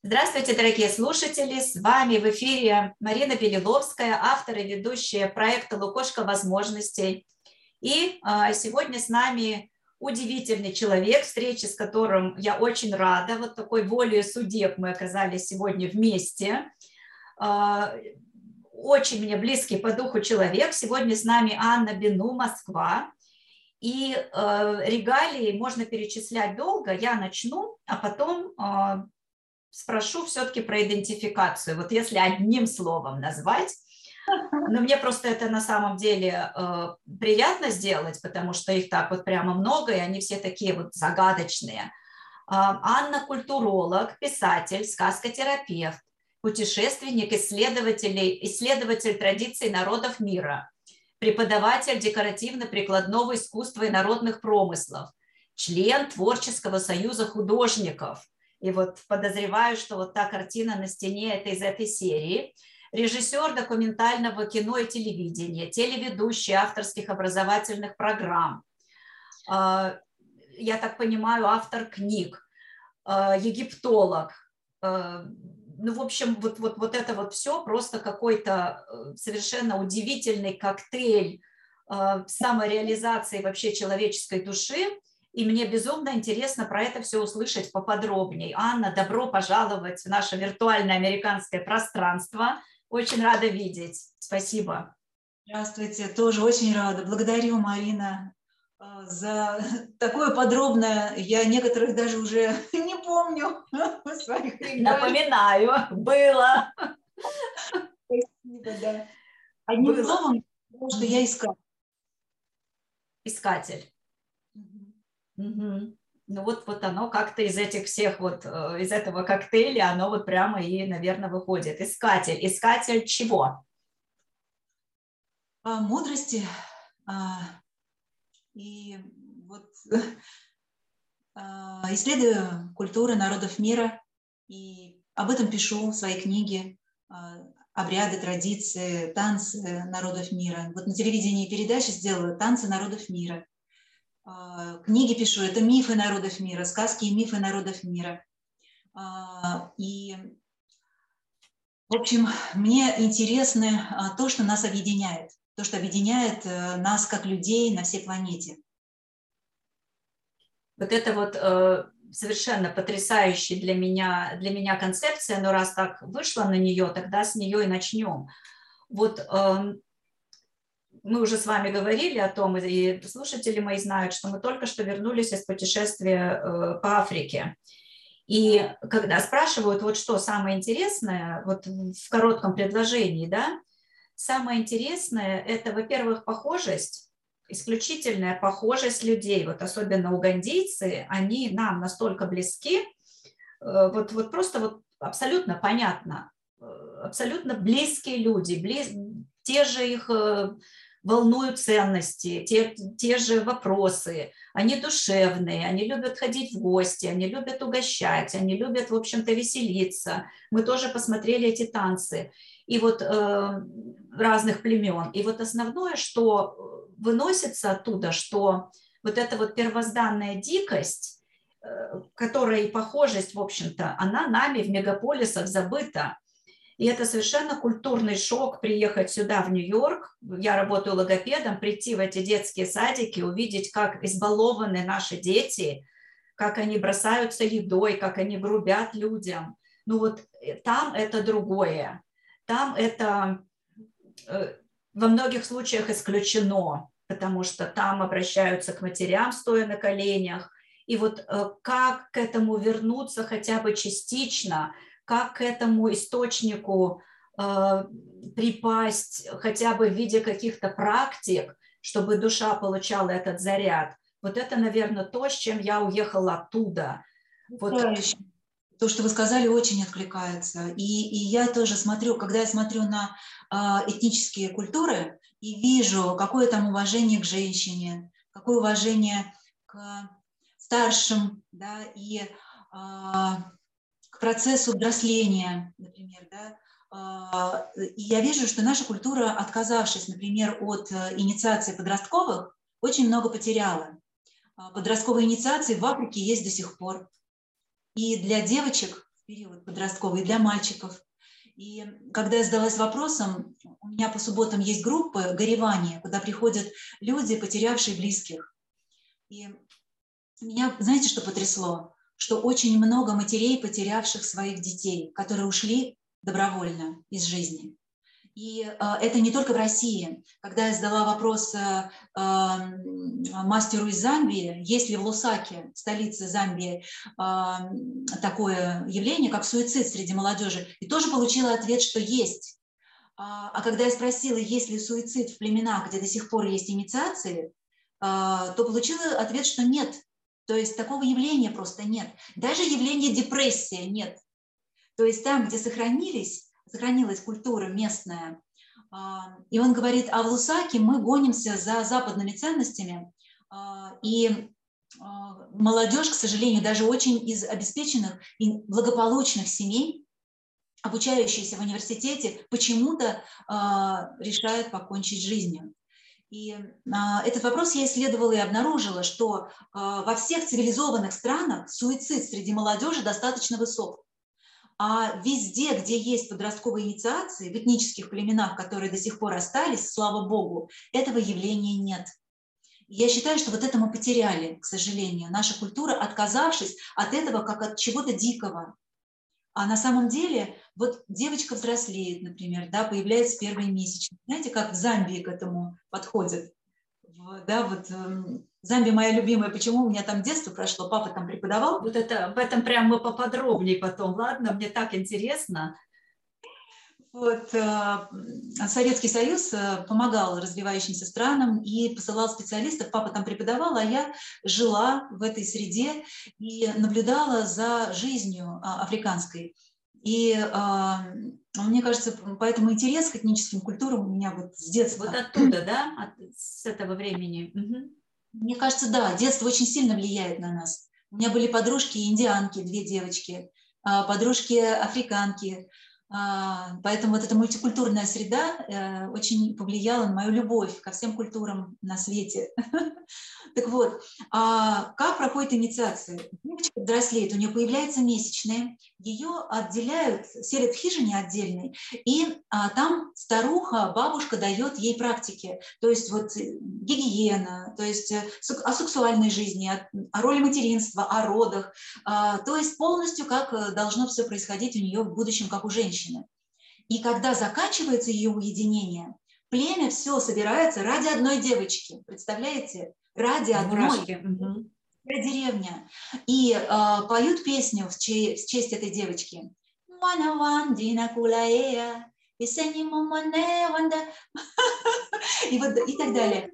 Здравствуйте, дорогие слушатели! С вами в эфире Марина Белиловская, автор и ведущая проекта «Лукошко возможностей». И сегодня с нами удивительный человек, встречи с которым я очень рада. Вот такой волею судеб мы оказались сегодня вместе. Очень мне близкий по духу человек. Сегодня с нами Анна Бену, Москва. И регалии можно перечислять долго. Я начну, а потом спрошу все-таки про идентификацию. Вот если одним словом назвать, но мне просто это на самом деле приятно сделать, потому что их так вот прямо много, и они все такие вот загадочные. Анна – культуролог, писатель, сказкотерапевт, путешественник, исследователь традиций народов мира, преподаватель декоративно-прикладного искусства и народных промыслов, член Творческого союза художников. И вот подозреваю, что вот та картина на стене – это из этой серии. Режиссер документального кино и телевидения, телеведущий авторских образовательных программ. Я так понимаю, автор книг, египтолог. Ну, в общем, вот это вот все просто какой-то совершенно удивительный коктейль самореализации вообще человеческой души. И мне безумно интересно про это все услышать поподробнее. Анна, добро пожаловать в наше виртуальное американское пространство. Очень рада видеть. Спасибо. Здравствуйте, тоже очень рада. Благодарю, Марина, за такое подробное. Я некоторых даже уже не помню. Напоминаю, было. Спасибо, да. Одним словом, потому что я искала. Искатель. Угу. Ну вот оно как-то из этих всех вот, из этого коктейля, оно вот прямо и, наверное, выходит. Искатель. Искатель чего? Мудрости. И вот исследую культуры народов мира, и об этом пишу в своей книге «Обряды, традиции, танцы народов мира». Вот на телевидении передачи сделала «Танцы народов мира». Книги пишу, это мифы народов мира, сказки и мифы народов мира. И, в общем, мне интересно то, что нас объединяет, то, что объединяет нас как людей на всей планете. Вот это вот совершенно потрясающая для меня концепция, но раз так вышло на нее, тогда с нее и начнем. Вот мы уже с вами говорили о том, и слушатели мои знают, что мы только что вернулись из путешествия по Африке. И когда спрашивают, вот что самое интересное, вот в коротком предложении, да, самое интересное – это, во-первых, похожесть, исключительная похожесть людей. Вот особенно угандийцы, они нам настолько близки, вот просто вот абсолютно понятно, абсолютно близкие люди, те же их волнуют ценности, те же вопросы, они душевные, они любят ходить в гости, они любят угощать, они любят, в общем-то, веселиться. Мы тоже посмотрели эти танцы, и вот разных племен. И вот основное, что выносится оттуда, что вот эта вот первозданная дикость, которая и похожесть, в общем-то, она нами в мегаполисах забыта. И это совершенно культурный шок приехать сюда, в Нью-Йорк. Я работаю логопедом, прийти в эти детские садики, увидеть, как избалованы наши дети, как они бросаются едой, как они грубят людям. Ну вот там это другое. Там это во многих случаях исключено, потому что там обращаются к матерям, стоя на коленях. И вот как к этому вернуться хотя бы частично, как к этому источнику припасть хотя бы в виде каких-то практик, чтобы душа получала этот заряд. Вот это, наверное, то, с чем я уехала оттуда. Вот. То, что вы сказали, очень откликается. И я тоже смотрю, когда я смотрю на этнические культуры и вижу, какое там уважение к женщине, какое уважение к старшим, да, и к процессу взросления, например, да. И я вижу, что наша культура, отказавшись, например, от инициации подростковых, очень много потеряла. Подростковые инициации в Африке есть до сих пор. И для девочек период подростковый, для мальчиков. И когда я задалась вопросом, у меня по субботам есть группы горевания, куда приходят люди, потерявшие близких. И меня, знаете, что потрясло? Что очень много матерей, потерявших своих детей, которые ушли добровольно из жизни. И это не только в России. Когда я задала вопрос мастеру из Замбии, есть ли в Лусаке, столице Замбии, такое явление, как суицид среди молодежи, и тоже получила ответ, что есть. А когда я спросила, есть ли суицид в племенах, где до сих пор есть инициации, то получила ответ, что нет. То есть такого явления просто нет. Даже явления депрессии нет. То есть там, где сохранилась культура местная, и он говорит, а в Лусаке мы гонимся за западными ценностями, и молодежь, к сожалению, даже очень из обеспеченных и благополучных семей, обучающиеся в университете, почему-то решают покончить с жизнью. И этот вопрос я исследовала и обнаружила, что во всех цивилизованных странах суицид среди молодежи достаточно высок. А везде, где есть подростковые инициации, в этнических племенах, которые до сих пор остались, слава богу, этого явления нет. Я считаю, что вот это мы потеряли, к сожалению, наша культура, отказавшись от этого как от чего-то дикого. А на самом деле, вот девочка взрослеет, например, да, появляется первые месячные. Знаете, как в Замбии к этому подходят? Да, вот Замбия моя любимая. Почему у меня там детство прошло? Папа там преподавал. Вот это, об этом прям мы поподробнее потом, ладно? Мне так интересно. Вот, Советский Союз помогал развивающимся странам и посылал специалистов. Папа там преподавал, а я жила в этой среде и наблюдала за жизнью африканской. И мне кажется, поэтому интерес к этническим культурам у меня вот с детства. Вот оттуда, да? С этого времени. Угу. Мне кажется, да, детство очень сильно влияет на нас. У меня были подружки индианки, 2 девочки, подружки африканки. Поэтому вот эта мультикультурная среда очень повлияла на мою любовь ко всем культурам на свете. Так вот, как проходит инициация? Девочка взрослеет, у нее появляются месячные, ее отделяют, селят в хижине отдельной, и там старуха, бабушка дает ей практики, то есть вот гигиена, то есть о сексуальной жизни, о роли материнства, о родах, то есть полностью как должно все происходить у нее в будущем, как у женщины. И когда заканчивается ее уединение, племя все собирается ради одной девочки, представляете? Ради одной деревня. И поют песню в честь этой девочки. И, вот, и так далее.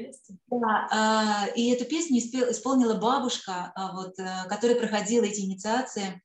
И эту песню исполнила бабушка, которая проходила эти инициации.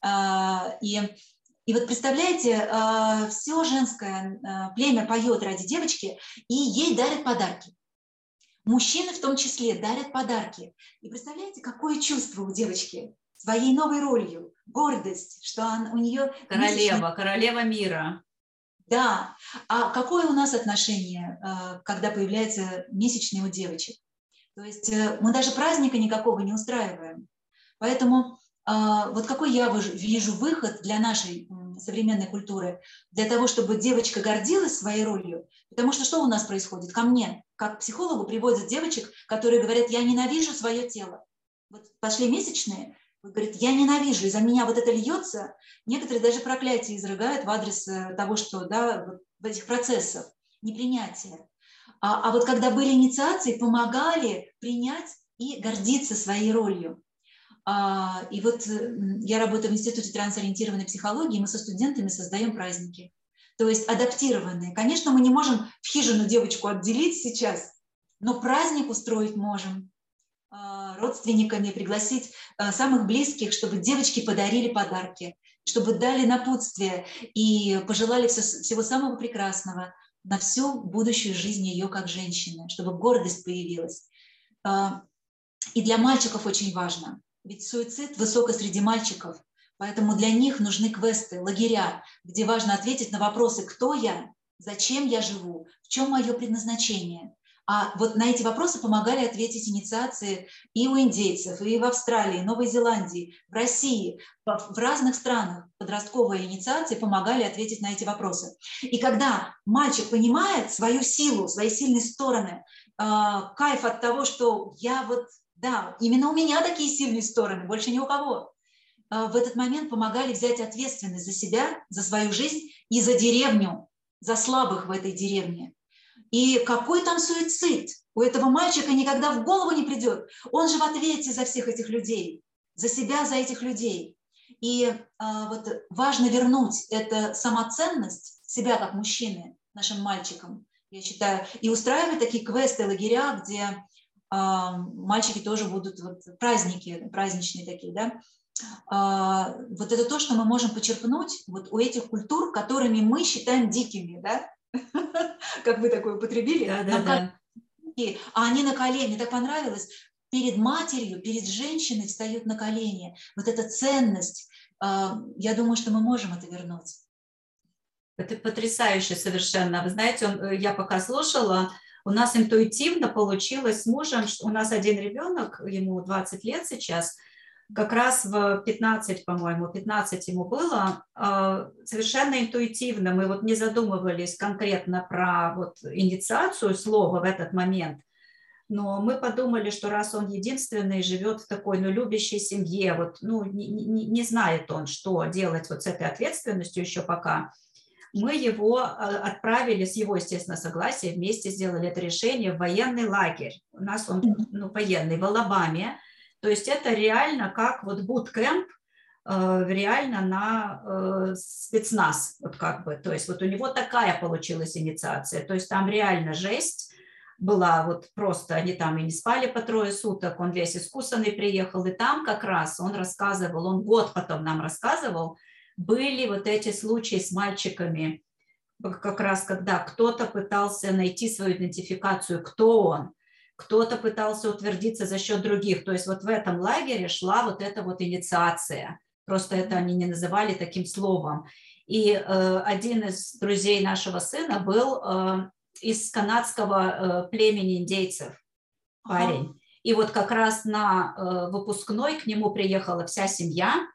И вот представляете, все женское племя поет ради девочки, и ей дарят подарки. Мужчины в том числе дарят подарки. И представляете, какое чувство у девочки своей новой ролью, гордость, что у нее... Королева мира. Да. А какое у нас отношение, когда появляются месячные у девочек? То есть мы даже праздника никакого не устраиваем. Поэтому вот какой я вижу выход для нашей современной культуры, для того, чтобы девочка гордилась своей ролью. Потому что у нас происходит? Ко мне, как психологу, приводят девочек, которые говорят, я ненавижу свое тело. Вот пошли месячные, говорит, я ненавижу, из-за меня вот это льется. Некоторые даже проклятия изрыгают в адрес того, что, да, вот в этих процессах, непринятия. А вот когда были инициации, помогали принять и гордиться своей ролью. И вот я работаю в Институте трансориентированной психологии, и мы со студентами создаем праздники. То есть адаптированные. Конечно, мы не можем в хижину девочку отделить сейчас, но праздник устроить можем. Родственниками пригласить самых близких, чтобы девочки подарили подарки, чтобы дали напутствие и пожелали всего самого прекрасного на всю будущую жизнь ее как женщины, чтобы гордость появилась. И для мальчиков очень важно. Ведь суицид высоко среди мальчиков, поэтому для них нужны квесты, лагеря, где важно ответить на вопросы, кто я, зачем я живу, в чем мое предназначение. А вот на эти вопросы помогали ответить инициации и у индейцев, и в Австралии, Новой Зеландии, в России, в разных странах подростковые инициации помогали ответить на эти вопросы. И когда мальчик понимает свою силу, свои сильные стороны, кайф от того, что я вот, да, именно у меня такие сильные стороны, больше ни у кого, в этот момент помогали взять ответственность за себя, за свою жизнь и за деревню, за слабых в этой деревне. И какой там суицид? У этого мальчика никогда в голову не придет. Он же в ответе за всех этих людей, за себя, за этих людей. И вот важно вернуть эту самоценность себя как мужчины нашим мальчикам, я считаю, и устраивать такие квесты, лагеря, где мальчики тоже будут, вот, праздники, праздничные такие, да. Вот это то, что мы можем почерпнуть вот у этих культур, которыми мы считаем дикими, да, как вы такое употребили, а они на колени, мне так понравилось, перед матерью, перед женщиной встают на колени. Вот эта ценность, я думаю, что мы можем это вернуть. Это потрясающе совершенно. Вы знаете, я пока слушала, у нас интуитивно получилось с мужем, у нас один ребенок, ему 20 лет сейчас, как раз в 15, по-моему, 15 ему было, совершенно интуитивно, мы вот не задумывались конкретно про вот инициацию слова в этот момент, но мы подумали, что раз он единственный живет в такой, любящей семье, вот, не знает он, что делать вот с этой ответственностью еще пока, мы его отправили с его, естественно, согласия, вместе сделали это решение в военный лагерь. У нас он военный в Алабаме. То есть это реально как вот буткэмп, реально на спецназ, вот как бы. То есть вот у него такая получилась инициация. То есть там реально жесть была, вот просто они там и не спали по 3 суток, он весь искусанный приехал, и там как раз он рассказывал, он год потом нам рассказывал, были вот эти случаи с мальчиками, как раз когда кто-то пытался найти свою идентификацию, кто он, кто-то пытался утвердиться за счет других. То есть вот в этом лагере шла вот эта вот инициация. Просто это они не называли таким словом. И один из друзей нашего сына был из канадского племени индейцев, парень. И вот как раз на выпускной к нему приехала вся семья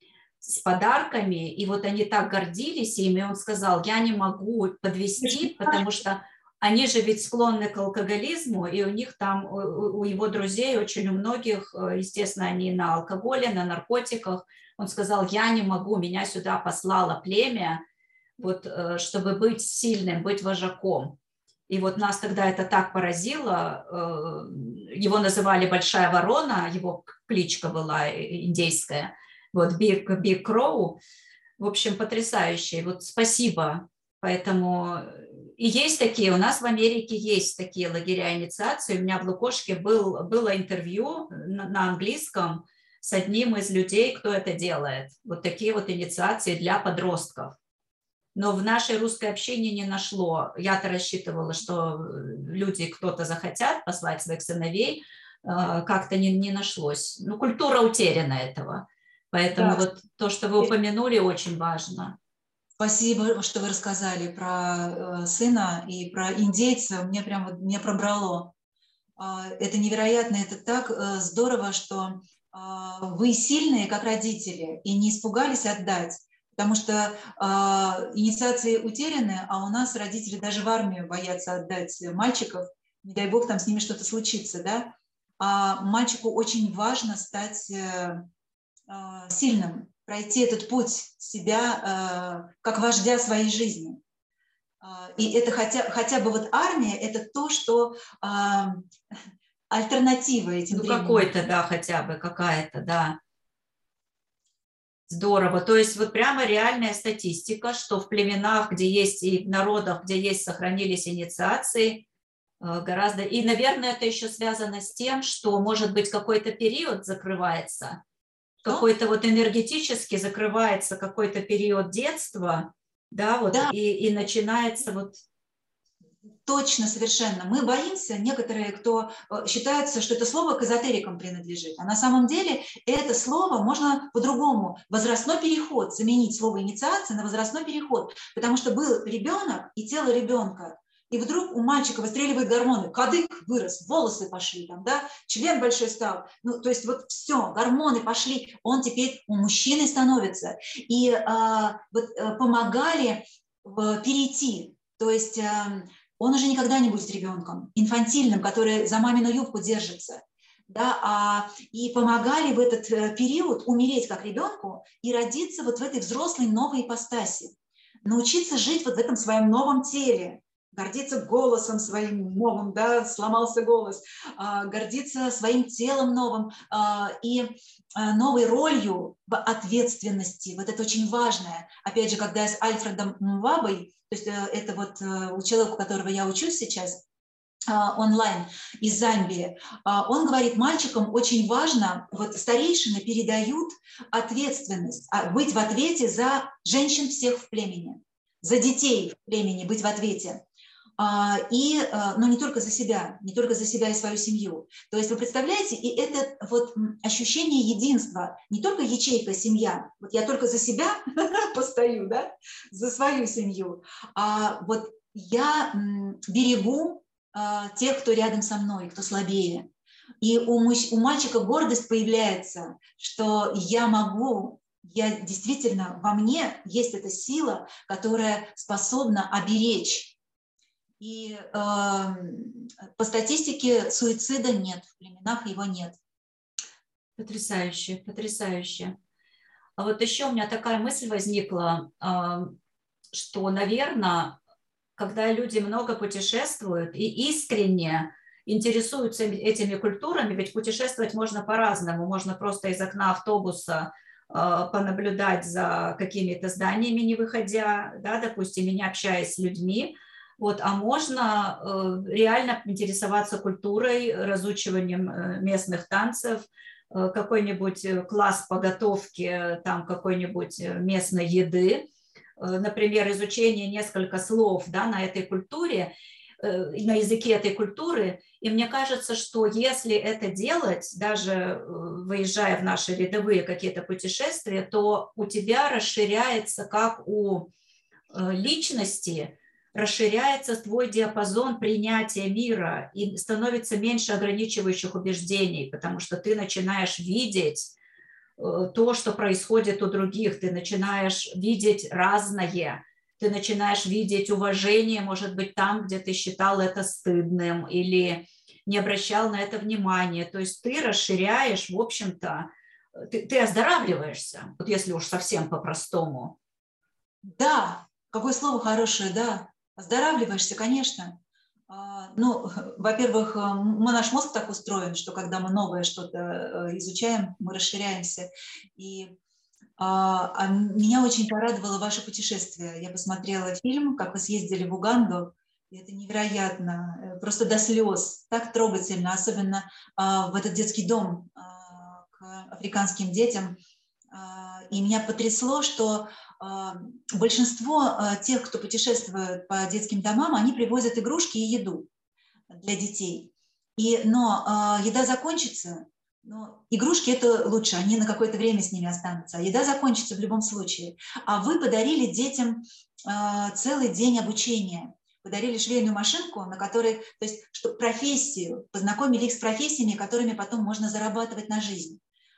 с подарками, и вот они так гордились ими, и он сказал, я не могу подвести, потому что они же ведь склонны к алкоголизму, и у них там, у его друзей, очень у многих, естественно, они на алкоголе, на наркотиках. Он сказал, я не могу, меня сюда послало племя, вот, чтобы быть сильным, быть вожаком. И вот нас тогда это так поразило, его называли Большая Ворона, его кличка была индейская, вот Big Crow, в общем, потрясающий, вот спасибо, поэтому и есть такие, у нас в Америке есть такие лагеря инициации, у меня в Лукошке было интервью на английском с одним из людей, кто это делает, вот такие вот инициации для подростков. Но в нашей русской общине не нашло. Я-то рассчитывала, что люди, кто-то захотят послать своих сыновей, как-то не нашлось. Культура утеряна этого. Поэтому вот то, что вы упомянули, очень важно. Спасибо, что вы рассказали про сына и про индейца. Меня пробрало. Это невероятно, это так здорово, что вы сильные, как родители, и не испугались отдать. Потому что инициации утеряны, а у нас родители даже в армию боятся отдать мальчиков, не дай бог там с ними что-то случится, да? А мальчику очень важно стать сильным, пройти этот путь себя как вождя своей жизни. И это хотя бы вот армия, это то, что альтернатива этим древним. Какой-то, да, хотя бы какая-то, да. Здорово. То есть вот прямо реальная статистика, что в племенах, где есть, и в народах, где есть, сохранились инициации, гораздо... И, наверное, это еще связано с тем, что, может быть, какой-то период закрывается, какой-то вот энергетически закрывается какой-то период детства, да, вот, да. И начинается вот... Точно, совершенно. Мы боимся, некоторые, кто считается, что это слово к эзотерикам принадлежит. А на самом деле это слово можно по-другому. Возрастной переход, заменить слово инициация на возрастной переход. Потому что был ребенок и тело ребенка. И вдруг у мальчика выстреливают гормоны, кадык вырос, волосы пошли, там, да, член большой стал. Ну, то есть вот все, гормоны пошли, он теперь у мужчины становится. И помогали перейти. То есть он уже никогда не будет ребенком инфантильным, который за мамину юбку держится. Да, и помогали в этот период умереть как ребенку и родиться вот в этой взрослой новой ипостаси. Научиться жить вот в этом своем новом теле, гордиться голосом своим новым, да, сломался голос, гордиться своим телом новым и новой ролью в ответственности. Вот это очень важное. Опять же, когда я с Альфредом Мвабой, то есть это вот у человека, у которого я учусь сейчас, онлайн из Замбии, он говорит, мальчикам очень важно, вот старейшины передают ответственность, быть в ответе за женщин всех в племени, за детей в племени быть в ответе. Но не только за себя и свою семью. То есть вы представляете, и это вот ощущение единства, не только ячейка семья, вот я только за себя постою, да, за свою семью, а вот я берегу тех, кто рядом со мной, кто слабее. И у мальчика гордость появляется, что я действительно, во мне есть эта сила, которая способна оберечь. И по статистике суицида нет, в племенах его нет. Потрясающе, потрясающе. А вот еще у меня такая мысль возникла, что, наверное, когда люди много путешествуют и искренне интересуются этими культурами, ведь путешествовать можно по-разному, можно просто из окна автобуса понаблюдать за какими-то зданиями, не выходя, да, допустим, не общаясь с людьми, вот, а можно реально интересоваться культурой, разучиванием местных танцев, какой-нибудь класс по готовке там какой-нибудь местной еды, например, изучение несколько слов, да, на этой культуре, на языке этой культуры. И мне кажется, что если это делать, даже выезжая в наши рядовые какие-то путешествия, то у тебя расширяется, как у личности, расширяется твой диапазон принятия мира и становится меньше ограничивающих убеждений, потому что ты начинаешь видеть то, что происходит у других, ты начинаешь видеть разное, ты начинаешь видеть уважение, может быть, там, где ты считал это стыдным или не обращал на это внимания. То есть ты расширяешь, в общем-то, ты оздоравливаешься, вот если уж совсем по-простому. Да, какое слово хорошее, да. Оздоравливаешься, конечно. Ну, во-первых, наш мозг так устроен, что когда мы новое что-то изучаем, мы расширяемся. И меня очень порадовало ваше путешествие. Я посмотрела фильм, как вы съездили в Уганду. И это невероятно, просто до слез, так трогательно, особенно в этот детский дом к африканским детям. И меня потрясло, что большинство тех, кто путешествует по детским домам, они привозят игрушки и еду для детей. Но еда закончится, но игрушки это лучше, они на какое-то время с ними останутся, а еда закончится в любом случае. А вы подарили детям целый день обучения. Подарили швейную машинку, на которой, то есть, что профессию, познакомили их с профессиями, которыми потом можно зарабатывать на жизнь.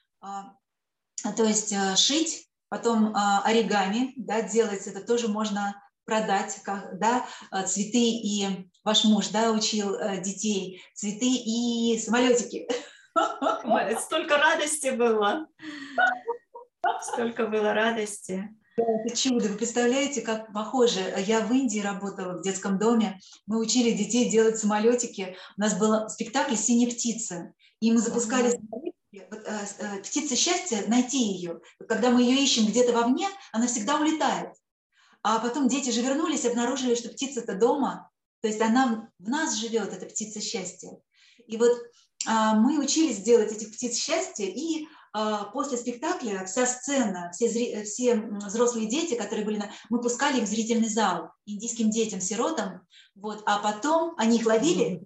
То есть шить, потом оригами, да, делать, это тоже можно продать, да, цветы, и ваш муж, да, учил детей, цветы и самолетики. Столько радости было, столько было радости. Это чудо, вы представляете, как похоже. Я в Индии работала в детском доме, мы учили детей делать самолетики, у нас был спектакль «Синяя птица», и мы запускали самолетики. Птица счастья, найти ее. Когда мы ее ищем где-то вовне, она всегда улетает. А потом дети же вернулись, обнаружили, что птица-то дома, то есть она в нас живет, эта птица счастья. И вот мы учились делать этих птиц счастья, и после спектакля вся сцена, все взрослые дети, которые были, мы пускали их в зрительный зал индийским детям-сиротам, вот, а потом они их ловили,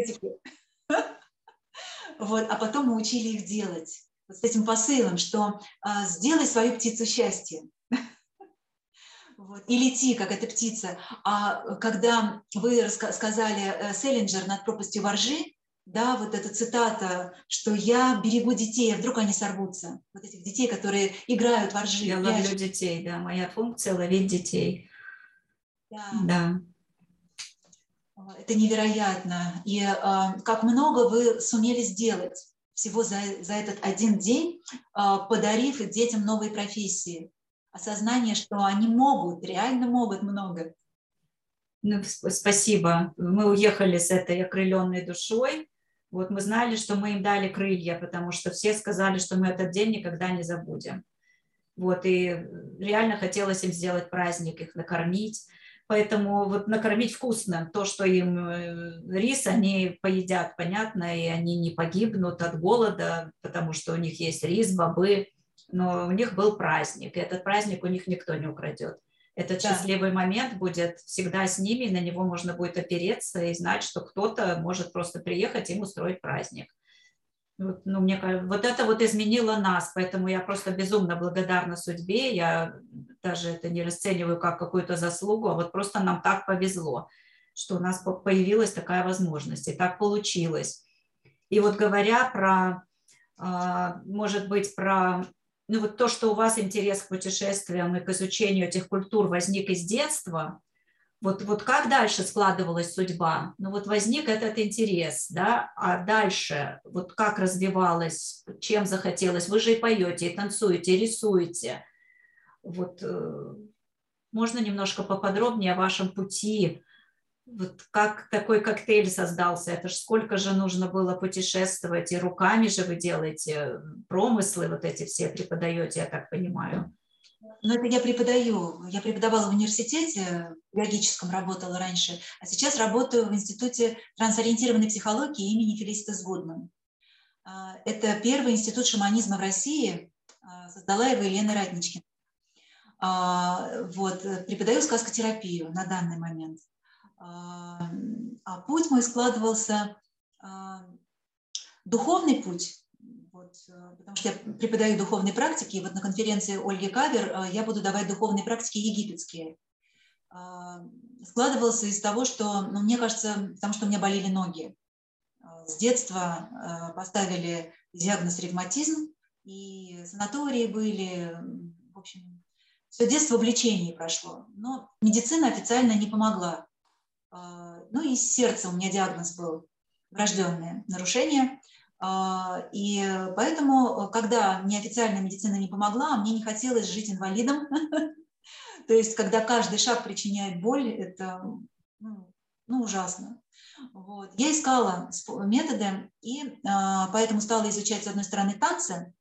вот, а потом мы учили их делать вот с этим посылом, что сделай свою птицу счастья. Вот. И лети, как эта птица. А когда вы сказали Селлинджер «Над пропастью воржи», да, вот эта цитата, что я берегу детей, а вдруг они сорвутся. Вот этих детей, которые играют воржи. Я ловлю детей, да, моя функция — ловить детей. Да. Да. Это невероятно. И как много вы сумели сделать всего за этот один день, подарив детям новые профессии. Осознание, что они могут, реально могут много. Ну, спасибо. Мы уехали с этой окрыленной душой. Вот мы знали, что мы им дали крылья, потому что все сказали, что мы этот день никогда не забудем. Вот, и реально хотелось им сделать праздник, их накормить. Поэтому вот накормить вкусно. То, что им рис, они поедят, понятно, и они не погибнут от голода, потому что у них есть рис, бобы. Но у них был праздник, и этот праздник у них никто не украдет. Этот счастливый момент будет всегда с ними, на него можно будет опереться и знать, что кто-то может просто приехать и им устроить праздник. Вот, ну, мне кажется, вот это вот изменило нас, поэтому я просто безумно благодарна судьбе, я даже это не расцениваю как какую-то заслугу, а вот просто нам так повезло, что у нас появилась такая возможность, и так получилось. И вот говоря про, может быть, про, ну вот то, что у вас интерес к путешествиям и к изучению этих культур возник из детства, вот как дальше складывалась судьба? Ну вот возник этот интерес, да, а дальше вот как развивалось, чем захотелось? Вы же и поете, и танцуете, и рисуете. Вот можно немножко поподробнее о вашем пути? Вот как такой коктейль создался? Это ж сколько же нужно было путешествовать, и руками же вы делаете, промыслы вот эти все преподаете, я так понимаю. Но это я преподаю. Я преподавала в университете, в биологическом работала раньше, а сейчас работаю в Институте трансориентированной психологии имени Фелисита Гудман. Это первый институт шаманизма в России, создала его Елена Ратничкина. Вот, преподаю сказкотерапию на данный момент. А путь мой складывался, духовный путь, вот, потому что я преподаю духовные практики, и вот на конференции Ольги Кавер я буду давать духовные практики египетские. Складывался из того, что, ну, мне кажется, потому что у меня болели ноги. С детства поставили диагноз ревматизм, и санатории были, в общем, все детство в лечении прошло. Но медицина официально не помогла. Ну и с сердца у меня диагноз был врожденное нарушение. И поэтому, когда мне официальная медицина не помогла, мне не хотелось жить инвалидом. То есть, когда каждый шаг причиняет боль, это ужасно. Вот. Я искала методы, и поэтому стала изучать, с одной стороны, танцы.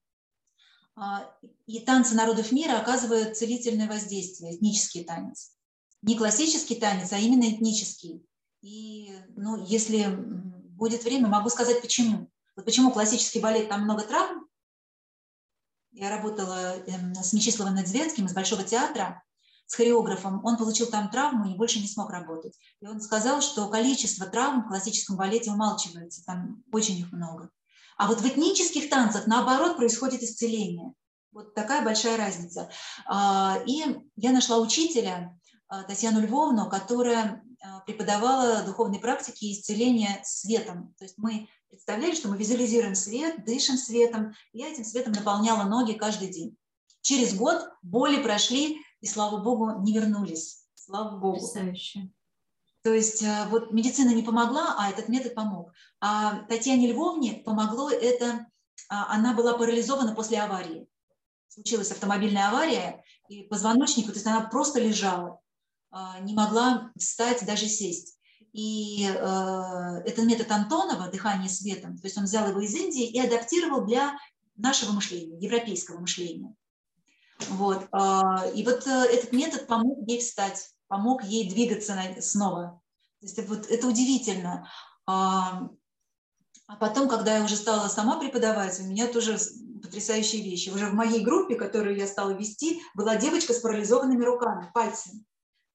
И танцы народов мира оказывают целительное воздействие, этнический танец. Не классический танец, а именно этнический. И, ну, если будет время, могу сказать, почему. Вот почему классический балет, там много травм. Я работала с Мечиславом Надзветским из Большого театра, с хореографом. Он получил там травму и больше не смог работать. И он сказал, что количество травм в классическом балете умалчивается, там очень их много. А вот в этнических танцах, наоборот, происходит исцеление. Вот такая большая разница. И я нашла учителя, Татьяну Львовну, которая преподавала духовные практики и исцеление светом. То есть мы представляли, что мы визуализируем свет, дышим светом. Я этим светом наполняла ноги каждый день. Через год боли прошли, и, слава богу, не вернулись. Слава богу. Потрясающе. То есть вот медицина не помогла, а этот метод помог. А Татьяне Львовне помогло это, она была парализована после аварии. Случилась автомобильная авария, и позвоночник, то есть она просто лежала, не могла встать, даже сесть. И этот метод Антонова, дыхание светом, то есть он взял его из Индии и адаптировал для нашего мышления, европейского мышления. Вот. И вот этот метод помог ей встать, помог ей двигаться снова. То есть вот это удивительно. А потом, когда я уже стала сама преподавать, у меня тоже потрясающие вещи. Уже в моей группе, которую я стала вести, была девочка с парализованными руками, пальцами.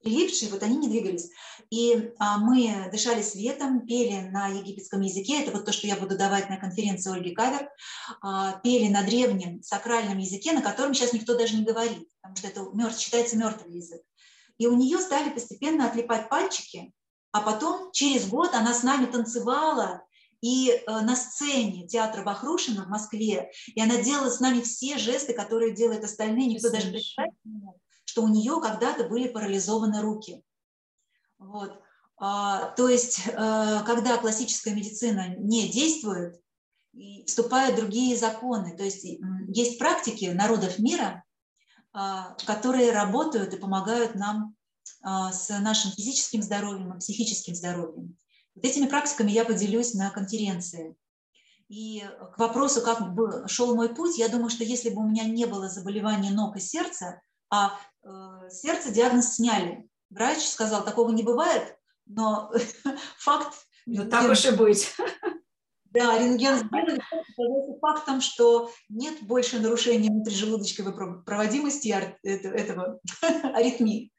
прилипшие, вот они не двигались. И мы дышали светом, пели на египетском языке, это вот то, что я буду давать на конференции Ольги Кавер, пели на древнем сакральном языке, на котором сейчас никто даже не говорит, потому что это считается мертвый язык. И у нее стали постепенно отлипать пальчики, а потом через год она с нами танцевала и на сцене театра Бахрушина в Москве, и она делала с нами все жесты, которые делают остальные, никто даже представить не мог, что у нее когда-то были парализованы руки. Вот. То есть, когда классическая медицина не действует, вступают другие законы. То есть, есть практики народов мира, которые работают и помогают нам с нашим физическим здоровьем и психическим здоровьем. Вот этими практиками я поделюсь на конференции. И к вопросу, как бы шел мой путь, я думаю, что если бы у меня не было заболевания ног и сердца, а сердце диагноз сняли. Врач сказал, такого не бывает, но факт... Ну, так уж и быть. Да, рентген сделали, оказался фактом, что нет больше нарушения внутрижелудочковой проводимости этого аритмии.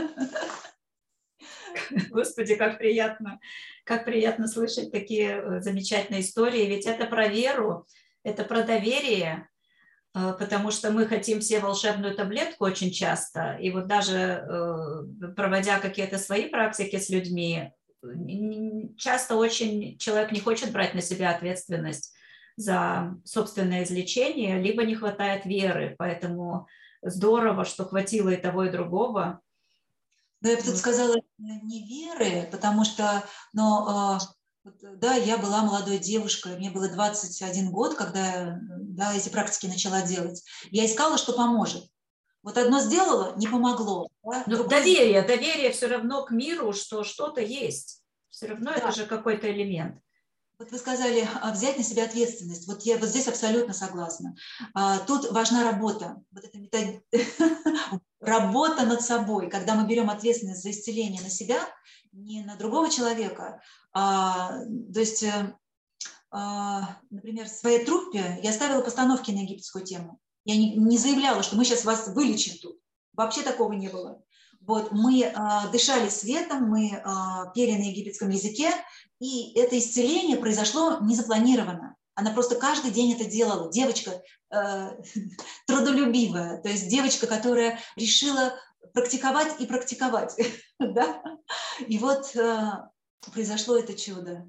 Господи, как приятно слышать такие замечательные истории, ведь это про веру, это про доверие, потому что мы хотим все волшебную таблетку очень часто, и вот даже проводя какие-то свои практики с людьми, часто очень человек не хочет брать на себя ответственность за собственное излечение, либо не хватает веры, поэтому здорово, что хватило и того, и другого. Но я бы тут сказала не веры, потому что, да, я была молодой девушкой, мне было 21 год, когда я эти практики начала делать. Я искала, что поможет. Вот одно сделала, не помогло. Да? Доверие все равно к миру, что что-то есть. Все равно да. Это же какой-то элемент. Вот вы сказали взять на себя ответственность. Вот я вот здесь абсолютно согласна. Тут важна работа. Вот эта работа над собой, когда мы берем ответственность за исцеление на себя, не на другого человека. То есть, например, в своей труппе я ставила постановки на египетскую тему. Я не заявляла, что мы сейчас вас вылечим тут. Вообще такого не было. Вот, мы дышали светом, мы пели на египетском языке, и это исцеление произошло незапланированно. Она просто каждый день это делала. Девочка трудолюбивая, то есть девочка, которая решила практиковать и практиковать. Да? И вот произошло это чудо.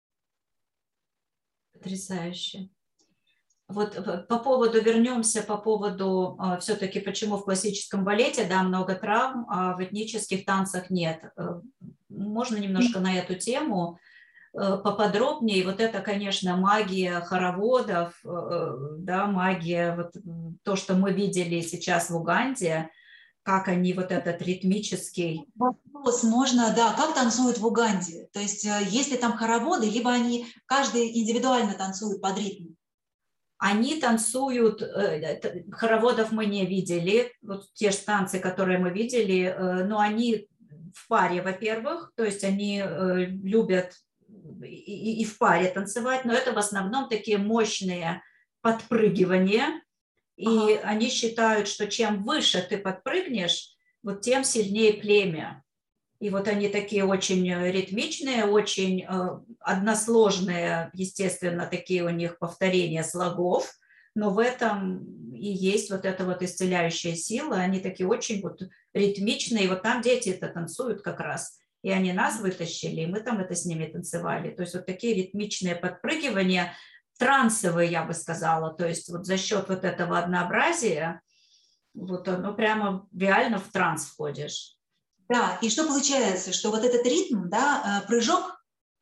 Потрясающе. Вот вернемся по поводу все-таки, почему в классическом балете, да, много травм, а в этнических танцах нет. Можно немножко на эту тему поподробнее? Вот это, конечно, магия хороводов, да, магия, вот то, что мы видели сейчас в Уганде, как они вот этот ритмический... Вопрос можно, да, как танцуют в Уганде? То есть есть ли там хороводы, либо они каждый индивидуально танцует под ритм? Они танцуют, хороводов мы не видели, вот те же танцы, которые мы видели, но они в паре, во-первых, то есть они любят и в паре танцевать, но это в основном такие мощные подпрыгивания, и они считают, что чем выше ты подпрыгнешь, вот тем сильнее племя. И вот они такие очень ритмичные, очень односложные, естественно, такие у них повторения слогов, но в этом и есть вот эта вот исцеляющая сила, они такие очень вот ритмичные, и вот там дети это танцуют как раз, и они нас вытащили, и мы там это с ними танцевали, то есть вот такие ритмичные подпрыгивания, трансовые, я бы сказала, то есть вот за счет вот этого однообразия, вот ну прямо реально в транс входишь. Да, и что получается, что вот этот ритм, да, прыжок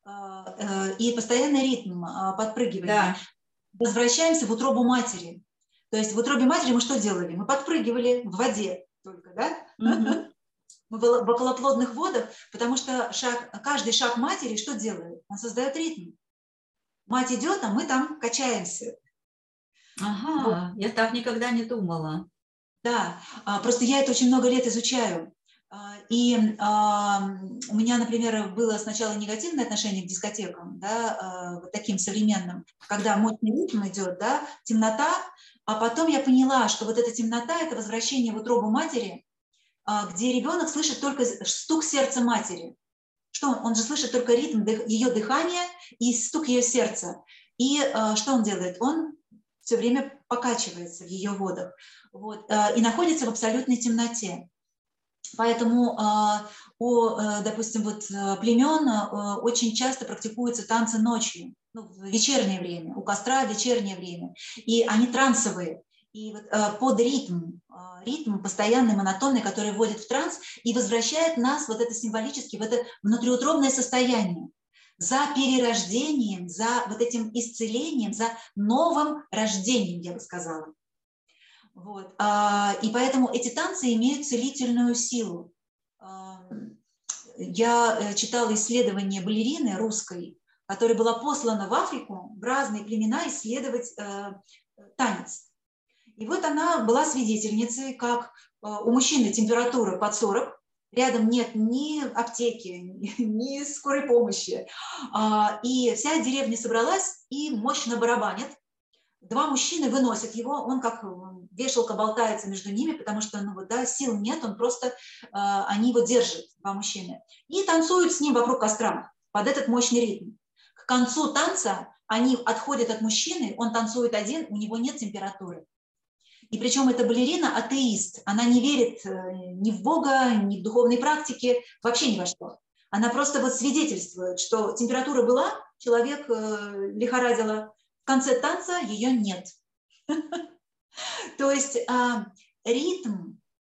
и постоянный ритм подпрыгивания, да. Возвращаемся в утробу матери. То есть в утробе матери мы что делали? Мы подпрыгивали в воде только, да? Мы в околоплодных водах, потому что каждый шаг матери что делает? Он создает ритм. Мать идет, а мы там качаемся. Ага, вот. Я так никогда не думала. Да, просто я это очень много лет изучаю. И у меня, например, было сначала негативное отношение к дискотекам, да, вот таким современным, когда мощный ритм идет, да, темнота, а потом я поняла, что вот эта темнота – это возвращение в утробу матери, где ребенок слышит только стук сердца матери. Что он же слышит только ритм ее дыхания и стук ее сердца. И что он делает? Он все время покачивается в ее водах, вот, и находится в абсолютной темноте. Поэтому допустим, вот племен очень часто практикуются танцы ночью, ну, в вечернее время, у костра в вечернее время. И они трансовые. И вот под ритм постоянный, монотонный, который вводит в транс и возвращает нас вот это символически в это внутриутробное состояние. За перерождением, за вот этим исцелением, за новым рождением, я бы сказала. Вот. И поэтому эти танцы имеют целительную силу. Я читала исследование балерины русской, которая была послана в Африку, в разные племена исследовать танец. И вот она была свидетельницей, как у мужчины температура под 40, рядом нет ни аптеки, ни скорой помощи. И вся деревня собралась и мощно барабанит. Два мужчины выносят его, он как вешалка болтается между ними, потому что сил нет, он просто, они его держат, два мужчины. И танцуют с ним вокруг костра под этот мощный ритм. К концу танца они отходят от мужчины, он танцует один, у него нет температуры. И причем эта балерина атеист, она не верит ни в Бога, ни в духовные практики, вообще ни во что. Она просто вот свидетельствует, что температура была, человек лихорадила, в конце танца ее нет. То есть ритм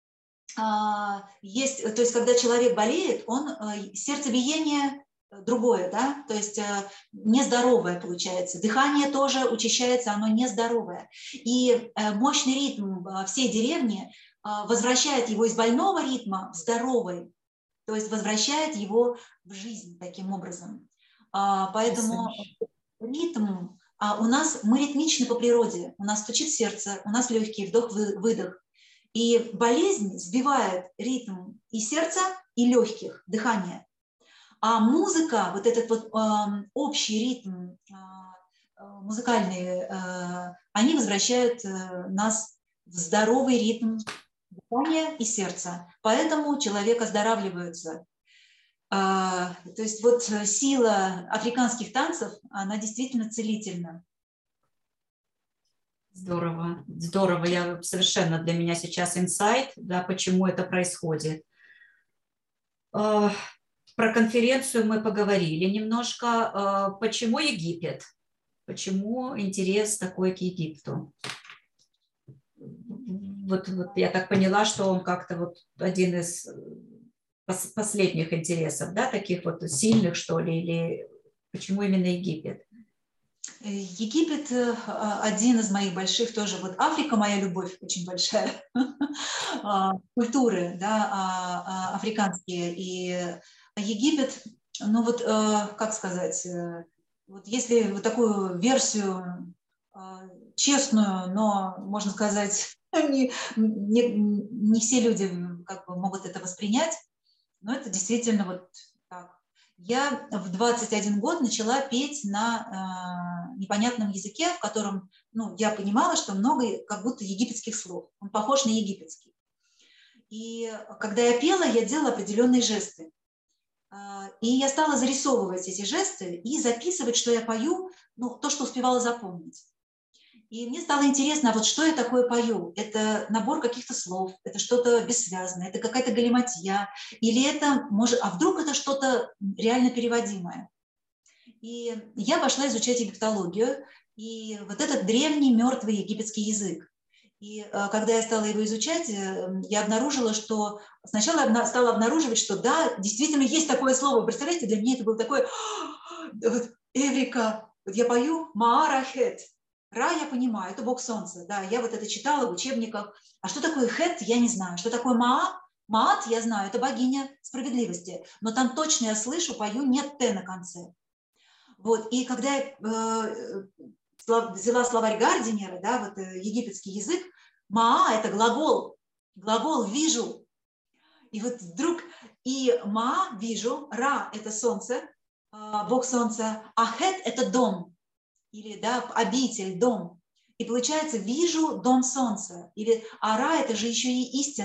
есть, то есть когда человек болеет, сердцебиение другое, да, то есть нездоровое получается. Дыхание тоже учащается, оно нездоровое. И мощный ритм всей деревни возвращает его из больного ритма в здоровый, то есть возвращает его в жизнь таким образом. Поэтому ритм, у нас, мы ритмичны по природе, у нас стучит сердце, у нас легкий вдох-выдох. И болезнь сбивает ритм и сердца, и легких, дыхания. А музыка, вот этот вот общий ритм музыкальный, они возвращают нас в здоровый ритм дыхания и сердца. Поэтому человек оздоравливается. То есть вот сила африканских танцев, она действительно целительна. Здорово, здорово. Я совершенно для меня сейчас инсайт, да, почему это происходит. Про конференцию мы поговорили немножко. Почему Египет? Почему интерес такой к Египту? Вот я так поняла, что он как-то вот один из последних интересов, да, таких вот сильных, что ли, или почему именно Египет? Египет один из моих больших тоже, вот Африка моя любовь очень большая, культуры, да, африканские, и Египет, ну вот, как сказать, вот если вот такую версию честную, но, можно сказать, не все люди как бы могут это воспринять, но это действительно вот так. Я в 21 год начала петь на непонятном языке, в котором, ну, я понимала, что много как будто египетских слов. Он похож на египетский. И когда я пела, я делала определенные жесты. И я стала зарисовывать эти жесты и записывать, что я пою, ну, то, что успевала запомнить. И мне стало интересно, вот что я такое пою? Это набор каких-то слов, это что-то бессвязное, это какая-то галиматья, или это, может, а вдруг это что-то реально переводимое? И я пошла изучать египтологию, и вот этот древний мертвый египетский язык. И когда я стала его изучать, я обнаружила, что сначала я стала обнаруживать, что да, действительно есть такое слово. Представляете, для меня это было такое эврика. Вот я пою Маарахет. Ра я понимаю, это бог солнца, да, я вот это читала в учебниках. А что такое хет, я не знаю. Что такое маа? Маат, я знаю, это богиня справедливости. Но там точно я слышу, пою, нет т на конце. Вот, и когда я взяла словарь Гардинера, да, вот египетский язык, маа – это глагол, глагол «вижу». И вот вдруг и маа – вижу, ра – это солнце, бог солнца, а хет – это дом. Или, да, обитель, дом. И получается, вижу дом солнца. Или ара – это же еще и истина.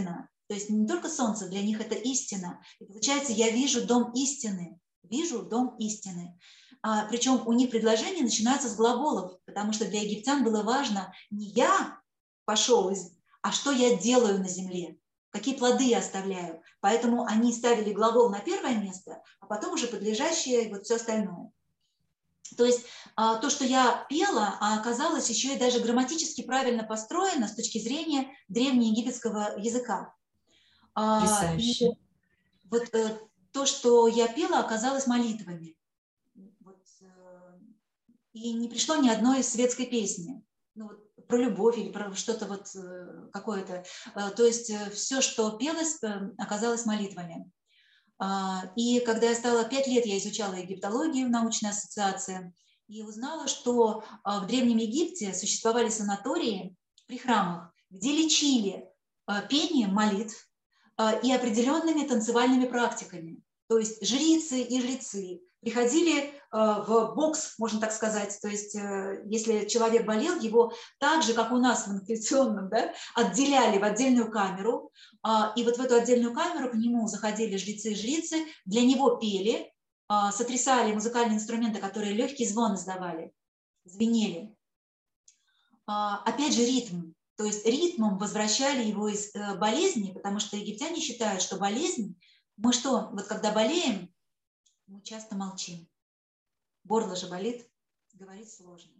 То есть не только солнце, для них это истина. И получается, я вижу дом истины. Вижу дом истины. Причем у них предложения начинаются с глаголов, потому что для египтян было важно не я пошел, а что я делаю на земле, какие плоды я оставляю. Поэтому они ставили глагол на первое место, а потом уже подлежащее вот все остальное. То есть то, что я пела, оказалось еще и даже грамматически правильно построено с точки зрения древнеегипетского языка. И Потрясающе. вот то, что я пела, оказалось молитвами. Вот, и не пришло ни одной светской песни. Ну, вот, про любовь или про что-то вот какое-то. То есть все, что пелось, оказалось молитвами. И когда я стала 5 лет, я изучала египтологию в научной ассоциации и узнала, что в Древнем Египте существовали санатории при храмах, где лечили пением молитв и определенными танцевальными практиками. То есть жрицы и жрецы приходили в бокс, можно так сказать. То есть если человек болел, его так же, как у нас в инфекционном, да, отделяли в отдельную камеру, и вот в эту отдельную камеру к нему заходили жрецы и жрицы, для него пели, сотрясали музыкальные инструменты, которые легкий звон издавали, звенели. Опять же ритм. То есть ритмом возвращали его из болезни, потому что египтяне считают, что болезнь, мы что, вот когда болеем, мы часто молчим. Горло же болит, говорить сложно.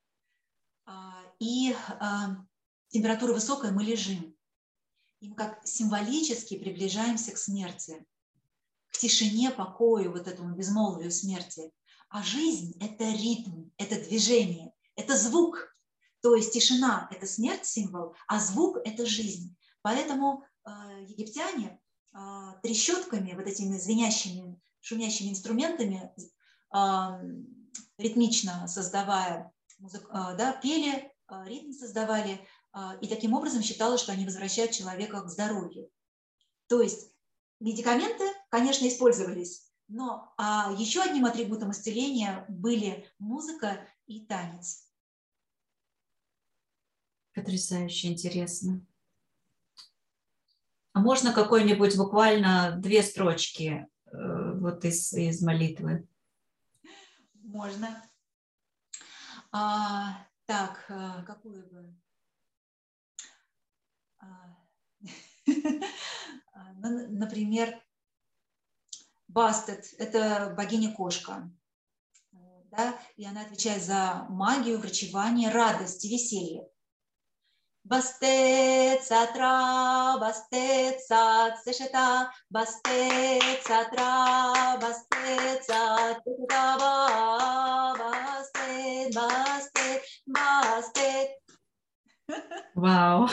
И температура высокая, мы лежим. И мы как символически приближаемся к смерти, к тишине, покою, вот этому безмолвию смерти. А жизнь – это ритм, это движение, это звук. То есть тишина – это смерть, символ, а звук – это жизнь. Поэтому египтяне трещотками, вот этими звенящими, шумящими инструментами, ритмично создавая, да, пели, ритм создавали, и таким образом считалось, что они возвращают человека к здоровью. То есть медикаменты, конечно, использовались, но еще одним атрибутом исцеления были музыка и танец. Потрясающе интересно. А можно какой-нибудь буквально 2 строчки вот из молитвы? Можно. Так, какую бы? Например, Бастет – это богиня-кошка, да? И она отвечает за магию, врачевание, радость и веселье. Бастет сатра, бастет сат сешета, бастет сатра, бастет сат сешета, бастет, бастет, бастет. Вау!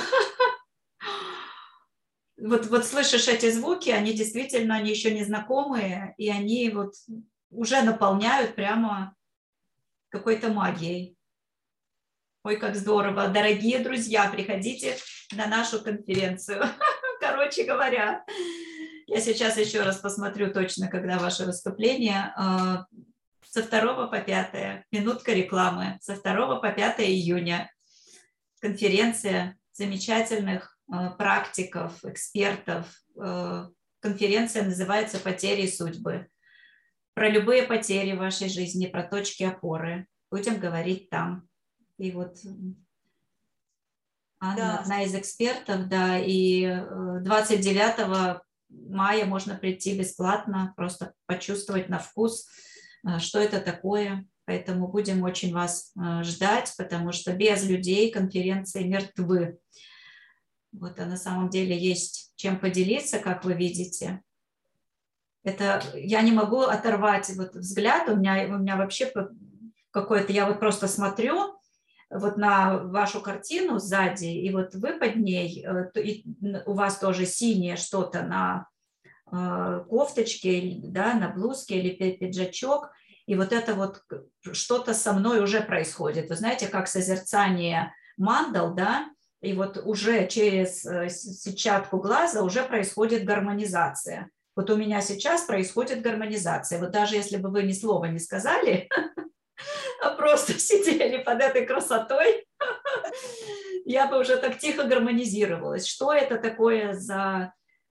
Вот слышишь эти звуки, они действительно, они еще не знакомые, и они вот уже наполняют прямо какой-то магией. Ой, как здорово. Дорогие друзья, приходите на нашу конференцию. Короче говоря, я сейчас еще раз посмотрю точно, когда ваше выступление. Со 2 по 5, минутка рекламы, со 2 по 5 июня. Конференция замечательных практиков, экспертов. Конференция называется «Потери судьбы». Про любые потери в вашей жизни, про точки опоры. Будем говорить там. И вот Анна, Да. одна из экспертов, да, и 29 мая можно прийти бесплатно, просто почувствовать на вкус, что это такое. Поэтому будем очень вас ждать, потому что без людей конференции мертвы. Вот, а на самом деле есть чем поделиться, как вы видите. Это я не могу оторвать вот взгляд, у меня вообще какой-то, я вот просто смотрю вот на вашу картину сзади, и вот вы под ней, и у вас тоже синее что-то на кофточке, да, на блузке или пиджачок, и вот это вот что-то со мной уже происходит. Вы знаете, как созерцание мандал, да, и вот уже через сетчатку глаза уже происходит гармонизация. Вот у меня сейчас происходит гармонизация. Вот даже если бы вы ни слова не сказали, а просто сидели под этой красотой, я бы уже так тихо гармонизировалась. Что это такое за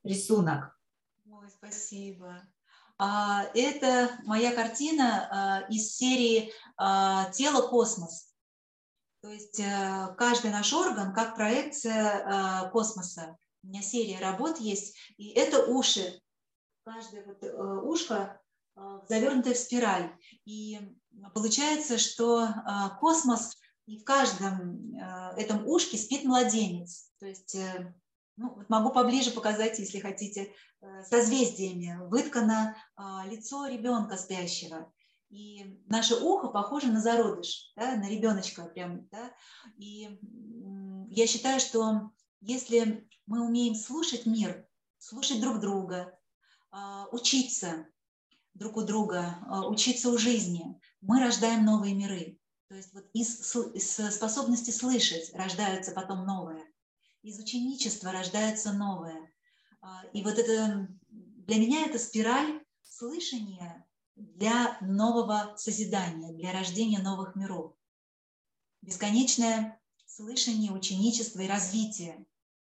рисунок. Ой, спасибо. Это моя картина из серии «Тело-космос». То есть каждый наш орган как проекция космоса. У меня серия работ есть, и это уши. Каждое ушко завернутое в спираль. И получается, что космос, и в каждом этом ушке спит младенец. То есть могу поближе показать, если хотите, созвездиями. Выткано лицо ребенка спящего. И наше ухо похоже на зародыш, да, на ребеночка прям. Да? И я считаю, что если мы умеем слушать мир, слушать друг друга, учиться друг у друга, учиться у жизни, мы рождаем новые миры. То есть вот из способности слышать рождаются потом новые. Из ученичества рождается новое. И вот это, для меня это спираль слышания для нового созидания, для рождения новых миров. Бесконечное слышание, ученичество и развитие.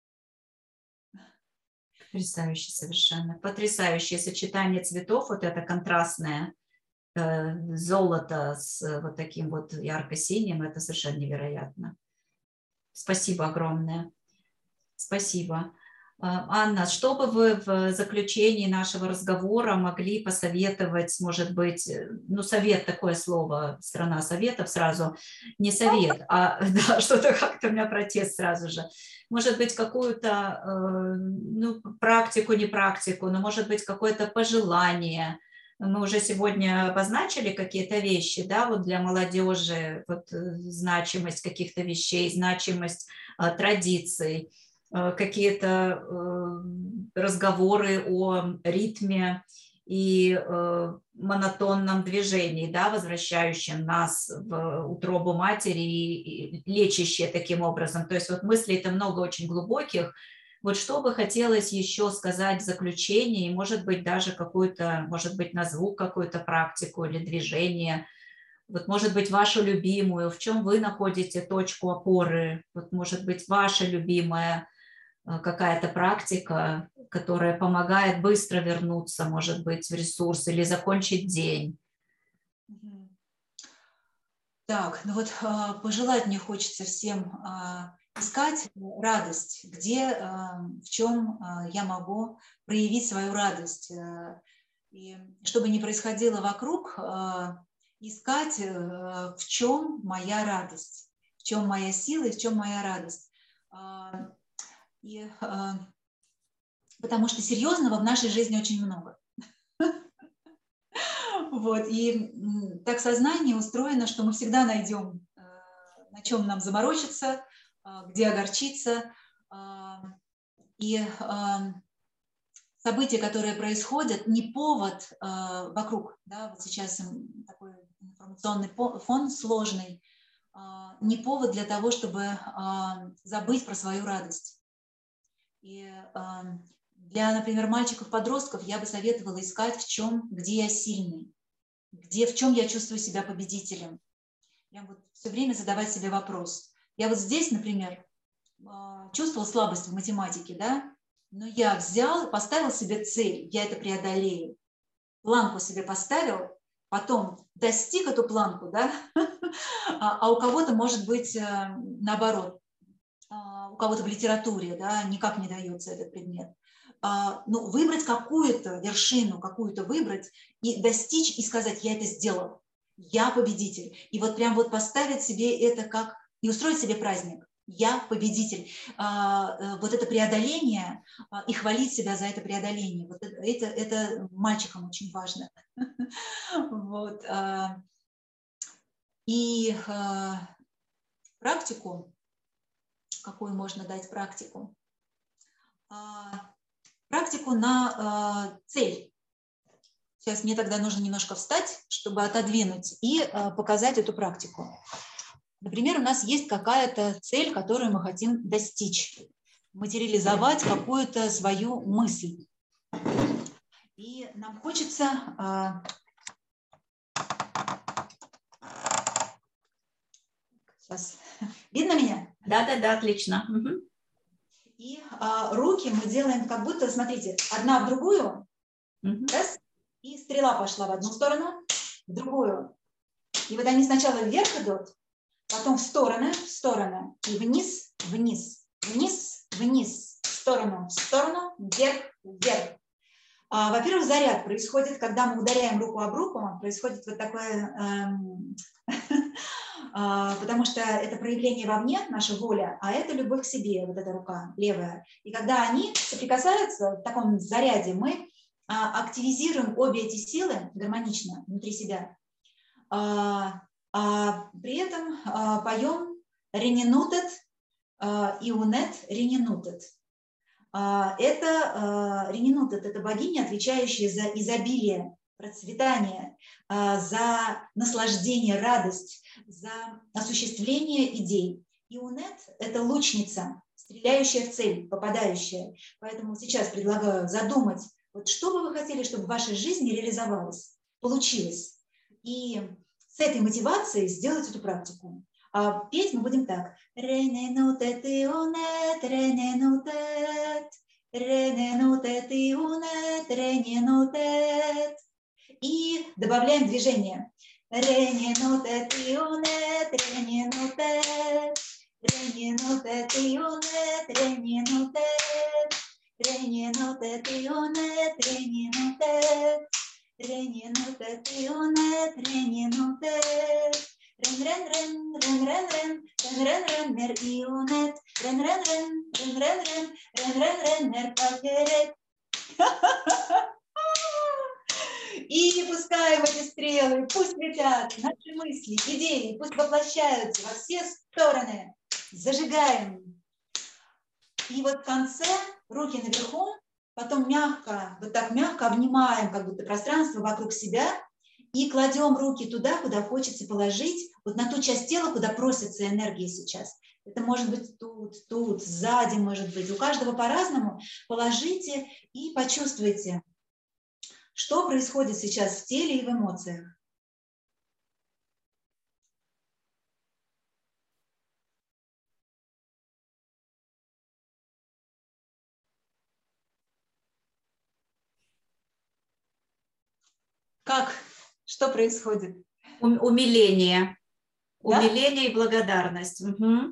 Потрясающе совершенно. Потрясающее сочетание цветов, вот это контрастное золото с вот таким вот ярко-синим, это совершенно невероятно. Спасибо огромное. Спасибо. Анна, что бы вы в заключении нашего разговора могли посоветовать, может быть, ну, совет, такое слово, страна советов сразу, не совет, а да, что-то как-то у меня протест сразу же. Может быть, какую-то, ну, практику, не практику, но, может быть, какое-то пожелание. Мы уже сегодня обозначили какие-то вещи, да, вот для молодежи, вот значимость каких-то вещей, значимость традиций, какие-то разговоры о ритме и монотонном движении, да, возвращающем нас в утробу матери и лечащие таким образом. То есть вот мыслей-то много очень глубоких. Вот что бы хотелось еще сказать в заключении, может быть, даже какую-то, может быть, на звук какую-то практику или движение, вот, может быть, вашу любимую, в чем вы находите точку опоры, вот, может быть, ваша любимая какая-то практика, которая помогает быстро вернуться, может быть, в ресурс или закончить день. Так, ну вот пожелать мне хочется всем искать радость, где, в чем я могу проявить свою радость. И что бы ни происходило вокруг, искать, в чем моя радость, в чем моя сила и в чем моя радость. И, потому что серьезного в нашей жизни очень много. Вот, и так сознание устроено, что мы всегда найдем, на чем нам заморочиться, где огорчиться. И события, которые происходят, не повод вокруг, да, вот сейчас такой информационный фон сложный, не повод для того, чтобы забыть про свою радость. И для, например, мальчиков-подростков я бы советовала искать, где я сильный, в чем я чувствую себя победителем. Я вот все время задавать себе вопрос. Я вот здесь, например, чувствовала слабость в математике, да, но я поставил себе цель, я это преодолею. Планку себе поставил, потом достиг эту планку, да, а у кого-то, может быть, наоборот, у кого-то в литературе, да, никак не дается этот предмет. Ну, выбрать какую-то вершину, какую-то выбрать и достичь, и сказать, я это сделал, я победитель. И вот прям вот поставить себе это как, и устроить себе праздник. Я победитель. Вот это преодоление и хвалить себя за это преодоление. Вот это мальчикам очень важно. Вот. И практику, какую можно дать практику? Практику на цель. Сейчас мне тогда нужно немножко встать, чтобы отодвинуть и показать эту практику. Например, у нас есть какая-то цель, которую мы хотим достичь, материализовать какую-то свою мысль. И нам хочется... Сейчас. Видно меня? Да, отлично. Угу. И руки мы делаем как будто, смотрите, одна в другую, раз, и стрела пошла в одну сторону, в другую. И вот они сначала вверх идут, потом в стороны, и вниз, вниз, вниз, вниз, в сторону, вверх, вверх. Во-первых, заряд происходит, когда мы ударяем руку об руку, происходит вот такое, потому что это проявление вовне, наша воля, а это любовь к себе, вот эта рука левая. И когда они соприкасаются в таком заряде, мы активизируем обе эти силы гармонично внутри себя. При этом поем «Ренинутет» и «Унет ренинутет». Это Ренинутет, это богиня, отвечающая за изобилие, процветание, за наслаждение, радость, за осуществление идей. И Унет – это лучница, стреляющая в цель, попадающая. Поэтому сейчас предлагаю задумать, вот что бы вы хотели, чтобы в вашей жизни реализовалось, получилось. И с этой мотивацией сделать эту практику. А петь мы будем так. Рененутет и унет, рененутет, рененутет и унет, рененутет. И добавляем движение. Рененутет и унет, рененутет, рененутет и унет, рененутет, рененутет и унет, рененутет. Ренинутет и унет, ренинутет. Рен-рен-рен, рен-рен-рен, рен-рен-рен, мер и унет. Рен-рен-рен, рен-рен-рен, рен-рен-рен, мер пакерет. И пускаем эти стрелы, пусть летят наши мысли, идеи, пусть воплощаются во все стороны. Зажигаем. И вот в конце руки наверху, потом мягко, вот так мягко обнимаем как будто пространство вокруг себя и кладем руки туда, куда хочется положить, вот на ту часть тела, куда просится энергия сейчас. Это может быть тут, сзади может быть. У каждого по-разному. Положите и почувствуйте, что происходит сейчас в теле и в эмоциях. Как? Что происходит? Умиление. Да? Умиление и благодарность. Угу.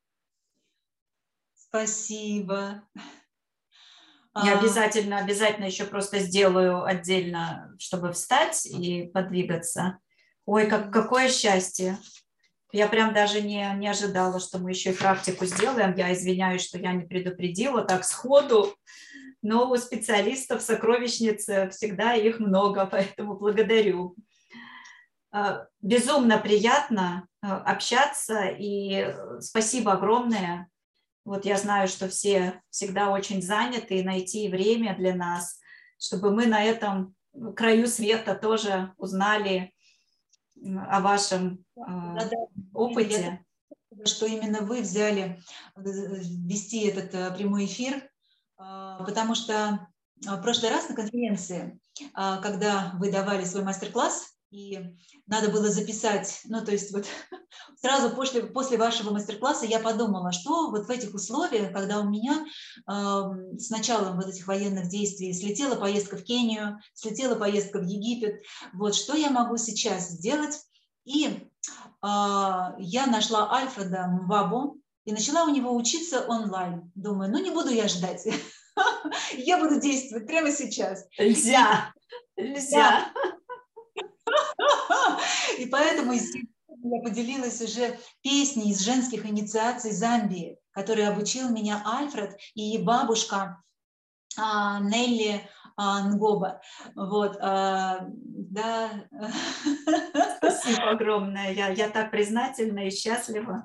Спасибо. Я обязательно еще просто сделаю отдельно, чтобы встать и подвигаться. Ой, какое счастье. Я прям даже не ожидала, что мы еще и практику сделаем. Я извиняюсь, что я не предупредила так сходу, но у специалистов сокровищницы всегда их много, поэтому благодарю. Безумно приятно общаться, и спасибо огромное. Вот я знаю, что все всегда очень заняты, и найти время для нас, чтобы мы на этом краю света тоже узнали о вашем опыте. Что именно вы взяли вести этот прямой эфир, потому что в прошлый раз на конференции, когда вы давали свой мастер-класс, и надо было записать, ну, то есть вот сразу после вашего мастер-класса я подумала, что вот в этих условиях, когда у меня с началом вот этих военных действий слетела поездка в Кению, слетела поездка в Египет, вот что я могу сейчас сделать? И я нашла Альфреда Мвабу и начала у него учиться онлайн. Думаю, ну не буду я ждать, я буду действовать прямо сейчас. Нельзя. И поэтому я поделилась уже песней из женских инициаций Замбии, которые обучил меня Альфред и бабушка Нелли Нгоба. Вот, да. Спасибо огромное. Я так признательна и счастлива.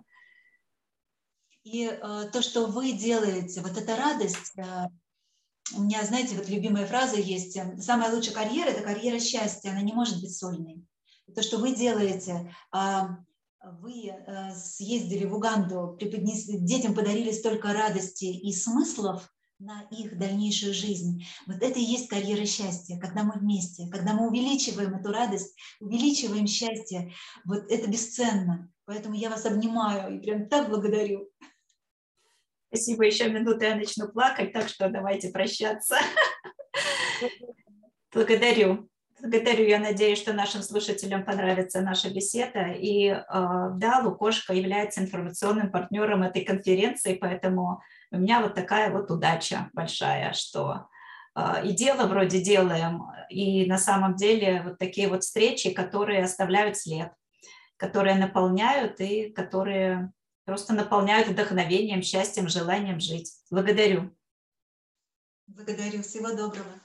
И то, что вы делаете, вот эта радость, у меня, знаете, вот любимая фраза есть: самая лучшая карьера – это карьера счастья, она не может быть сольной. То, что вы делаете, вы съездили в Уганду, детям подарили столько радости и смыслов на их дальнейшую жизнь. Вот это и есть карьера счастья, когда мы вместе, когда мы увеличиваем эту радость, увеличиваем счастье. Вот это бесценно. Поэтому я вас обнимаю и прям так благодарю. Спасибо, еще минуту я начну плакать, так что давайте прощаться. Благодарю. Благодарю. Я надеюсь, что нашим слушателям понравится наша беседа. И да, Лукошко является информационным партнером этой конференции, поэтому у меня вот такая вот удача большая, что и дело вроде делаем, и на самом деле вот такие вот встречи, которые оставляют след, которые наполняют и которые просто наполняют вдохновением, счастьем, желанием жить. Благодарю. Благодарю. Всего доброго.